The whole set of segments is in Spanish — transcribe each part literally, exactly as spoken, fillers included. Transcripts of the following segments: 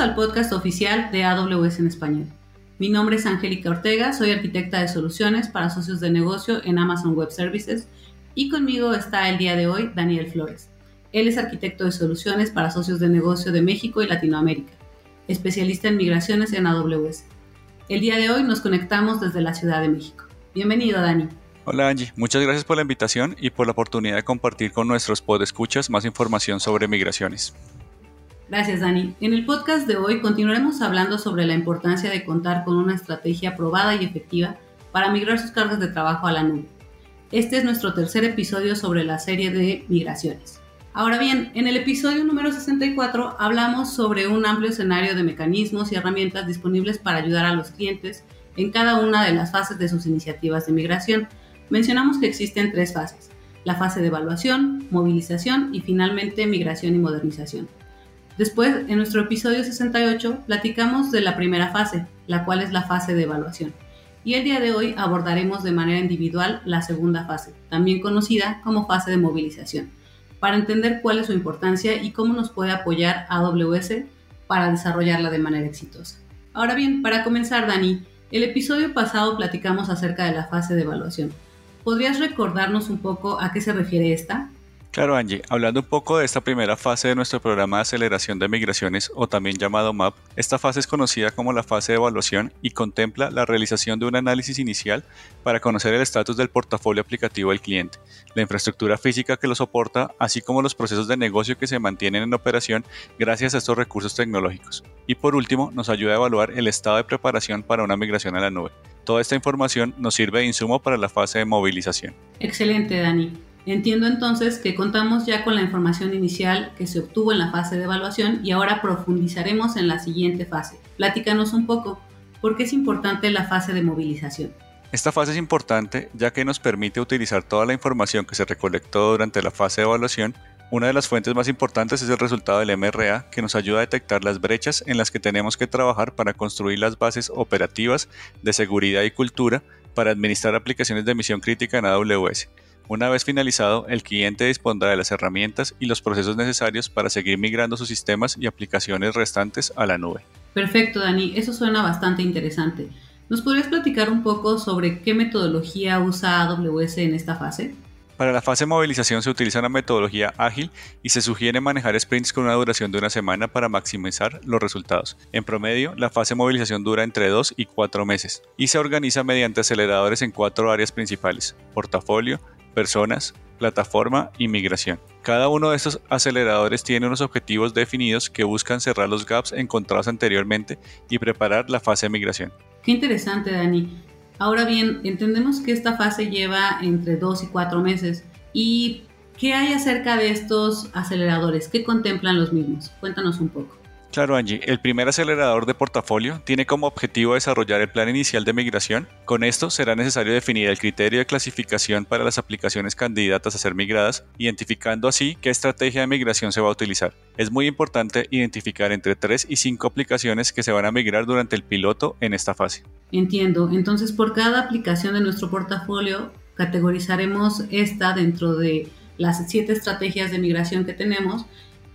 al podcast oficial de A W S en español. Mi nombre es Angélica Ortega, soy arquitecta de soluciones para socios de negocio en Amazon Web Services y conmigo está el día de hoy Daniel Flores. Él es arquitecto de soluciones para socios de negocio de México y Latinoamérica, especialista en migraciones en A W S. El día de hoy nos conectamos desde la Ciudad de México. Bienvenido, Dani. Hola Angie, muchas gracias por la invitación y por la oportunidad de compartir con nuestros podescuchas más información sobre migraciones. Gracias, Dani. En el podcast de hoy continuaremos hablando sobre la importancia de contar con una estrategia probada y efectiva para migrar sus cargas de trabajo a la nube. Este es nuestro tercer episodio sobre la serie de migraciones. Ahora bien, en el episodio número sesenta y cuatro hablamos sobre un amplio escenario de mecanismos y herramientas disponibles para ayudar a los clientes en cada una de las fases de sus iniciativas de migración. Mencionamos que existen tres fases: la fase de evaluación, movilización y finalmente migración y modernización. Después, en nuestro episodio sesenta y ocho, platicamos de la primera fase, la cual es la fase de evaluación. Y el día de hoy abordaremos de manera individual la segunda fase, también conocida como fase de movilización, para entender cuál es su importancia y cómo nos puede apoyar A W S para desarrollarla de manera exitosa. Ahora bien, para comenzar, Dani, el episodio pasado platicamos acerca de la fase de evaluación. ¿Podrías recordarnos un poco a qué se refiere esta? Claro, Angie, hablando un poco de esta primera fase de nuestro programa de aceleración de migraciones, o también llamado M A P, esta fase es conocida como la fase de evaluación y contempla la realización de un análisis inicial para conocer el estatus del portafolio aplicativo del cliente, la infraestructura física que lo soporta, así como los procesos de negocio que se mantienen en operación gracias a estos recursos tecnológicos. Y por último, nos ayuda a evaluar el estado de preparación para una migración a la nube. Toda esta información nos sirve de insumo para la fase de movilización. Excelente, Dani. Entiendo entonces que contamos ya con la información inicial que se obtuvo en la fase de evaluación y ahora profundizaremos en la siguiente fase. Platícanos un poco, ¿por qué es importante la fase de movilización? Esta fase es importante ya que nos permite utilizar toda la información que se recolectó durante la fase de evaluación. Una de las fuentes más importantes es el resultado del M R A, que nos ayuda a detectar las brechas en las que tenemos que trabajar para construir las bases operativas de seguridad y cultura para administrar aplicaciones de misión crítica en A W S. Una vez finalizado, el cliente dispondrá de las herramientas y los procesos necesarios para seguir migrando sus sistemas y aplicaciones restantes a la nube. Perfecto, Dani. Eso suena bastante interesante. ¿Nos podrías platicar un poco sobre qué metodología usa A W S en esta fase? Para la fase de movilización se utiliza una metodología ágil y se sugiere manejar sprints con una duración de una semana para maximizar los resultados. En promedio, la fase de movilización dura entre dos y cuatro meses y se organiza mediante aceleradores en cuatro áreas principales: portafolio, personas, plataforma y migración. Cada uno de estos aceleradores tiene unos objetivos definidos que buscan cerrar los gaps encontrados anteriormente y preparar la fase de migración. Qué interesante, Dani. Ahora bien, entendemos que esta fase lleva entre dos y cuatro meses. ¿Y qué hay acerca de estos aceleradores? ¿Qué contemplan los mismos? Cuéntanos un poco. Claro, Angie, el primer acelerador de portafolio tiene como objetivo desarrollar el plan inicial de migración. Con esto será necesario definir el criterio de clasificación para las aplicaciones candidatas a ser migradas, identificando así qué estrategia de migración se va a utilizar. Es muy importante identificar entre tres y cinco aplicaciones que se van a migrar durante el piloto en esta fase. Entiendo. Entonces, por cada aplicación de nuestro portafolio, categorizaremos esta dentro de las siete estrategias de migración que tenemos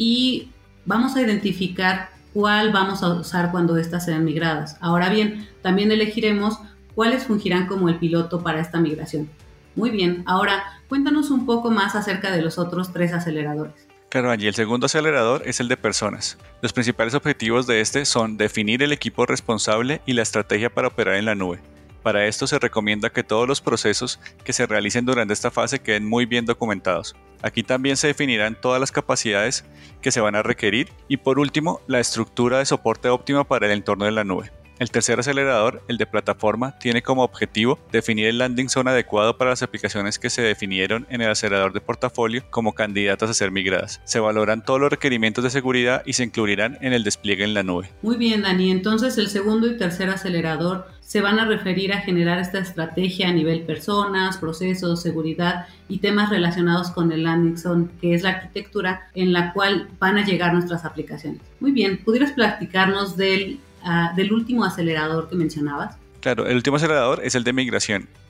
y vamos a identificar cuál vamos a usar cuando éstas sean migradas. Ahora bien, también elegiremos cuáles fungirán como el piloto para esta migración. Muy bien, ahora cuéntanos un poco más acerca de los otros tres aceleradores. Claro, Angie, el segundo acelerador es el de personas. Los principales objetivos de este son definir el equipo responsable y la estrategia para operar en la nube. Para esto se recomienda que todos los procesos que se realicen durante esta fase queden muy bien documentados. Aquí también se definirán todas las capacidades que se van a requerir y por último, la estructura de soporte óptima para el entorno de la nube. El tercer acelerador, el de plataforma, tiene como objetivo definir el landing zone adecuado para las aplicaciones que se definieron en el acelerador de portafolio como candidatas a ser migradas. Se valoran todos los requerimientos de seguridad y se incluirán en el despliegue en la nube. Muy bien, Dani. Entonces, el segundo y tercer acelerador se van a referir a generar esta estrategia a nivel personas, procesos, seguridad y temas relacionados con el landing zone, que es la arquitectura en la cual van a llegar nuestras aplicaciones. Muy bien, ¿pudieras platicarnos del Uh, del último acelerador que mencionabas? Claro, el último acelerador es el de migración.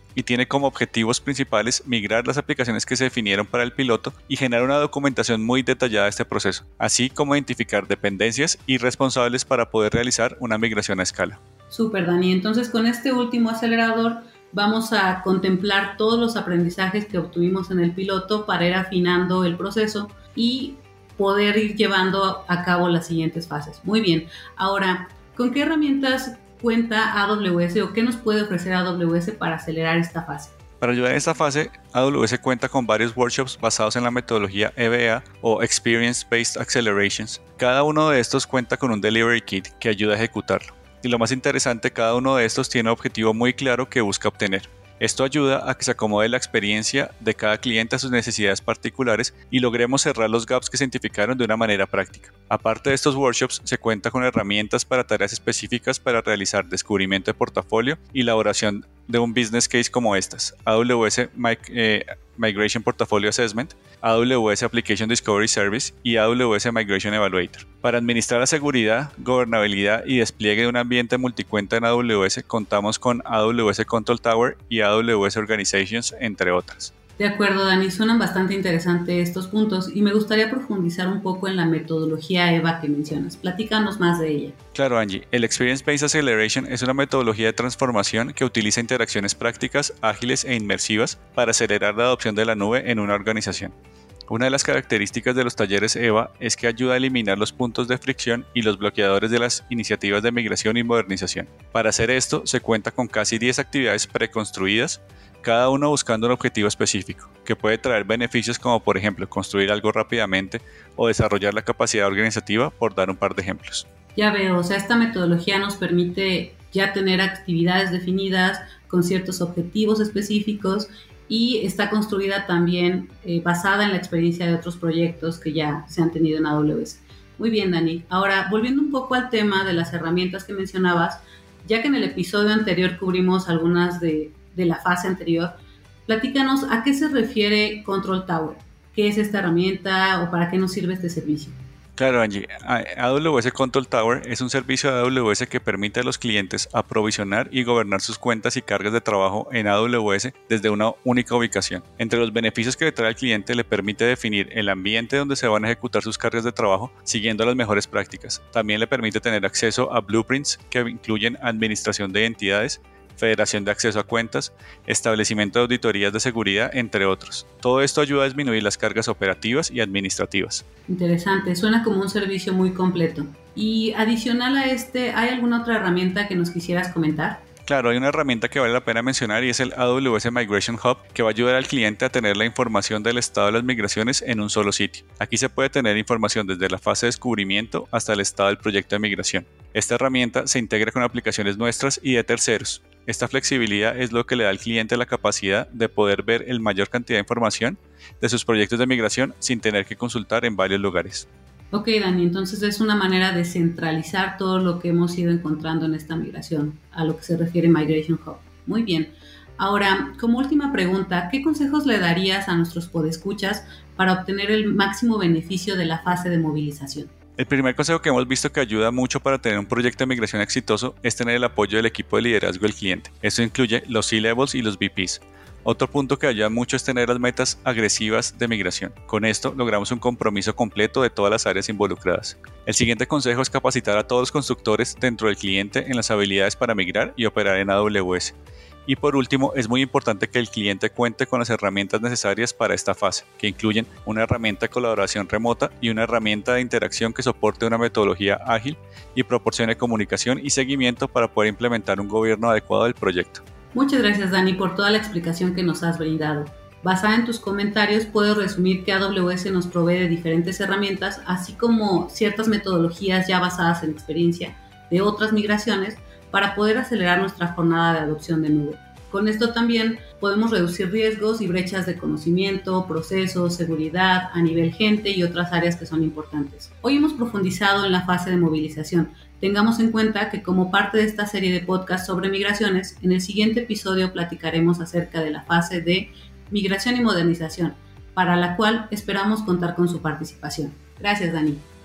y tiene como objetivos principales migrar las aplicaciones que se definieron para el piloto y generar una documentación muy detallada de este proceso, así como identificar dependencias y responsables para poder realizar una migración a escala. Súper, Dani. Entonces, con este último acelerador vamos a contemplar todos los aprendizajes que obtuvimos en el piloto para ir afinando el proceso y poder ir llevando a cabo las siguientes fases. Muy bien. Ahora, ¿con qué herramientas cuenta A W S o qué nos puede ofrecer A W S para acelerar esta fase? Para ayudar en esta fase, A W S cuenta con varios workshops basados en la metodología E B A o Experience Based Accelerations. Cada uno de estos cuenta con un Delivery Kit que ayuda a ejecutarlo. Y lo más interesante, cada uno de estos tiene un objetivo muy claro que busca obtener. Esto ayuda a que se acomode la experiencia de cada cliente a sus necesidades particulares y logremos cerrar los gaps que se identificaron de una manera práctica. Aparte de estos workshops, se cuenta con herramientas para tareas específicas para realizar descubrimiento de portafolio y elaboración de un business case como estas: A W S eh, Migration Portfolio Assessment, A W S Application Discovery Service y A W S Migration Evaluator. Para administrar la seguridad, gobernabilidad y despliegue de un ambiente multicuenta en A W S, contamos con A W S Control Tower y A W S Organizations, entre otras. De acuerdo, Dani, suenan bastante interesantes estos puntos y me gustaría profundizar un poco en la metodología E B A que mencionas. Platícanos más de ella. Claro, Angie. El Experience Based Acceleration es una metodología de transformación que utiliza interacciones prácticas, ágiles e inmersivas para acelerar la adopción de la nube en una organización. Una de las características de los talleres E B A es que ayuda a eliminar los puntos de fricción y los bloqueadores de las iniciativas de migración y modernización. Para hacer esto, se cuenta con casi diez actividades preconstruidas, cada uno buscando un objetivo específico, que puede traer beneficios como por ejemplo construir algo rápidamente o desarrollar la capacidad organizativa, por dar un par de ejemplos. Ya veo, o sea, esta metodología nos permite ya tener actividades definidas con ciertos objetivos específicos y está construida también eh, basada en la experiencia de otros proyectos que ya se han tenido en A W S. Muy bien, Dani. Ahora, volviendo un poco al tema de las herramientas que mencionabas, ya que en el episodio anterior cubrimos algunas de, de la fase anterior, platícanos a qué se refiere Control Tower. ¿Qué es esta herramienta o para qué nos sirve este servicio? Claro, Angie. A W S Control Tower es un servicio de A W S que permite a los clientes aprovisionar y gobernar sus cuentas y cargas de trabajo en A W S desde una única ubicación. Entre los beneficios que le trae al cliente, le permite definir el ambiente donde se van a ejecutar sus cargas de trabajo siguiendo las mejores prácticas. También le permite tener acceso a blueprints que incluyen administración de identidades, federación de acceso a cuentas, establecimiento de auditorías de seguridad, entre otros. Todo esto ayuda a disminuir las cargas operativas y administrativas. Interesante, suena como un servicio muy completo. Y adicional a este, ¿hay alguna otra herramienta que nos quisieras comentar? Claro, hay una herramienta que vale la pena mencionar y es el A W S Migration Hub, que va a ayudar al cliente a tener la información del estado de las migraciones en un solo sitio. Aquí se puede tener información desde la fase de descubrimiento hasta el estado del proyecto de migración. Esta herramienta se integra con aplicaciones nuestras y de terceros. Esta flexibilidad es lo que le da al cliente la capacidad de poder ver el mayor cantidad de información de sus proyectos de migración sin tener que consultar en varios lugares. Ok, Dani, entonces es una manera de centralizar todo lo que hemos ido encontrando en esta migración, a lo que se refiere Migration Hub. Muy bien. Ahora, como última pregunta, ¿qué consejos le darías a nuestros podescuchas para obtener el máximo beneficio de la fase de movilización? El primer consejo que hemos visto que ayuda mucho para tener un proyecto de migración exitoso es tener el apoyo del equipo de liderazgo del cliente. Esto incluye los C-Levels y los V Ps. Otro punto que ayuda mucho es tener las metas agresivas de migración. Con esto logramos un compromiso completo de todas las áreas involucradas. El siguiente consejo es capacitar a todos los constructores dentro del cliente en las habilidades para migrar y operar en A W S. Y por último, es muy importante que el cliente cuente con las herramientas necesarias para esta fase, que incluyen una herramienta de colaboración remota y una herramienta de interacción que soporte una metodología ágil y proporcione comunicación y seguimiento para poder implementar un gobierno adecuado del proyecto. Muchas gracias, Dani, por toda la explicación que nos has brindado. Basada en tus comentarios, puedo resumir que A W S nos provee de diferentes herramientas, así como ciertas metodologías ya basadas en experiencia de otras migraciones, para poder acelerar nuestra jornada de adopción de nube. Con esto también podemos reducir riesgos y brechas de conocimiento, procesos, seguridad, a nivel gente y otras áreas que son importantes. Hoy hemos profundizado en la fase de movilización. Tengamos en cuenta que como parte de esta serie de podcasts sobre migraciones, en el siguiente episodio platicaremos acerca de la fase de migración y modernización, para la cual esperamos contar con su participación. Gracias, Dani.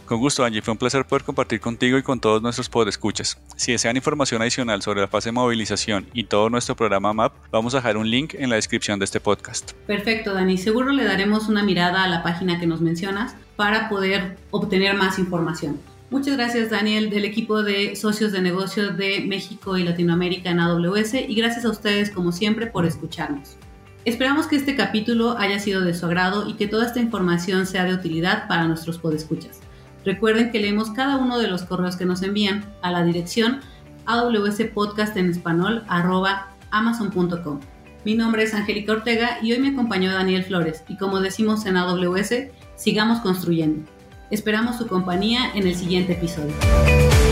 Con gusto, Angie. Fue un placer poder compartir contigo y con todos nuestros podescuchas. Si desean información adicional sobre la fase de movilización y todo nuestro programa M A P, vamos a dejar un link en la descripción de este podcast. Perfecto, Dani. Seguro le daremos una mirada a la página que nos mencionas para poder obtener más información. Muchas gracias, Daniel, del equipo de socios de negocio de México y Latinoamérica en A W S, y gracias a ustedes, como siempre, por escucharnos. Esperamos que este capítulo haya sido de su agrado y que toda esta información sea de utilidad para nuestros podescuchas. Recuerden que leemos cada uno de los correos que nos envían a la dirección awspodcast en español arroba amazon punto com. Mi nombre es Angélica Ortega y hoy me acompañó Daniel Flores, y como decimos en A W S, sigamos construyendo. Esperamos su compañía en el siguiente episodio.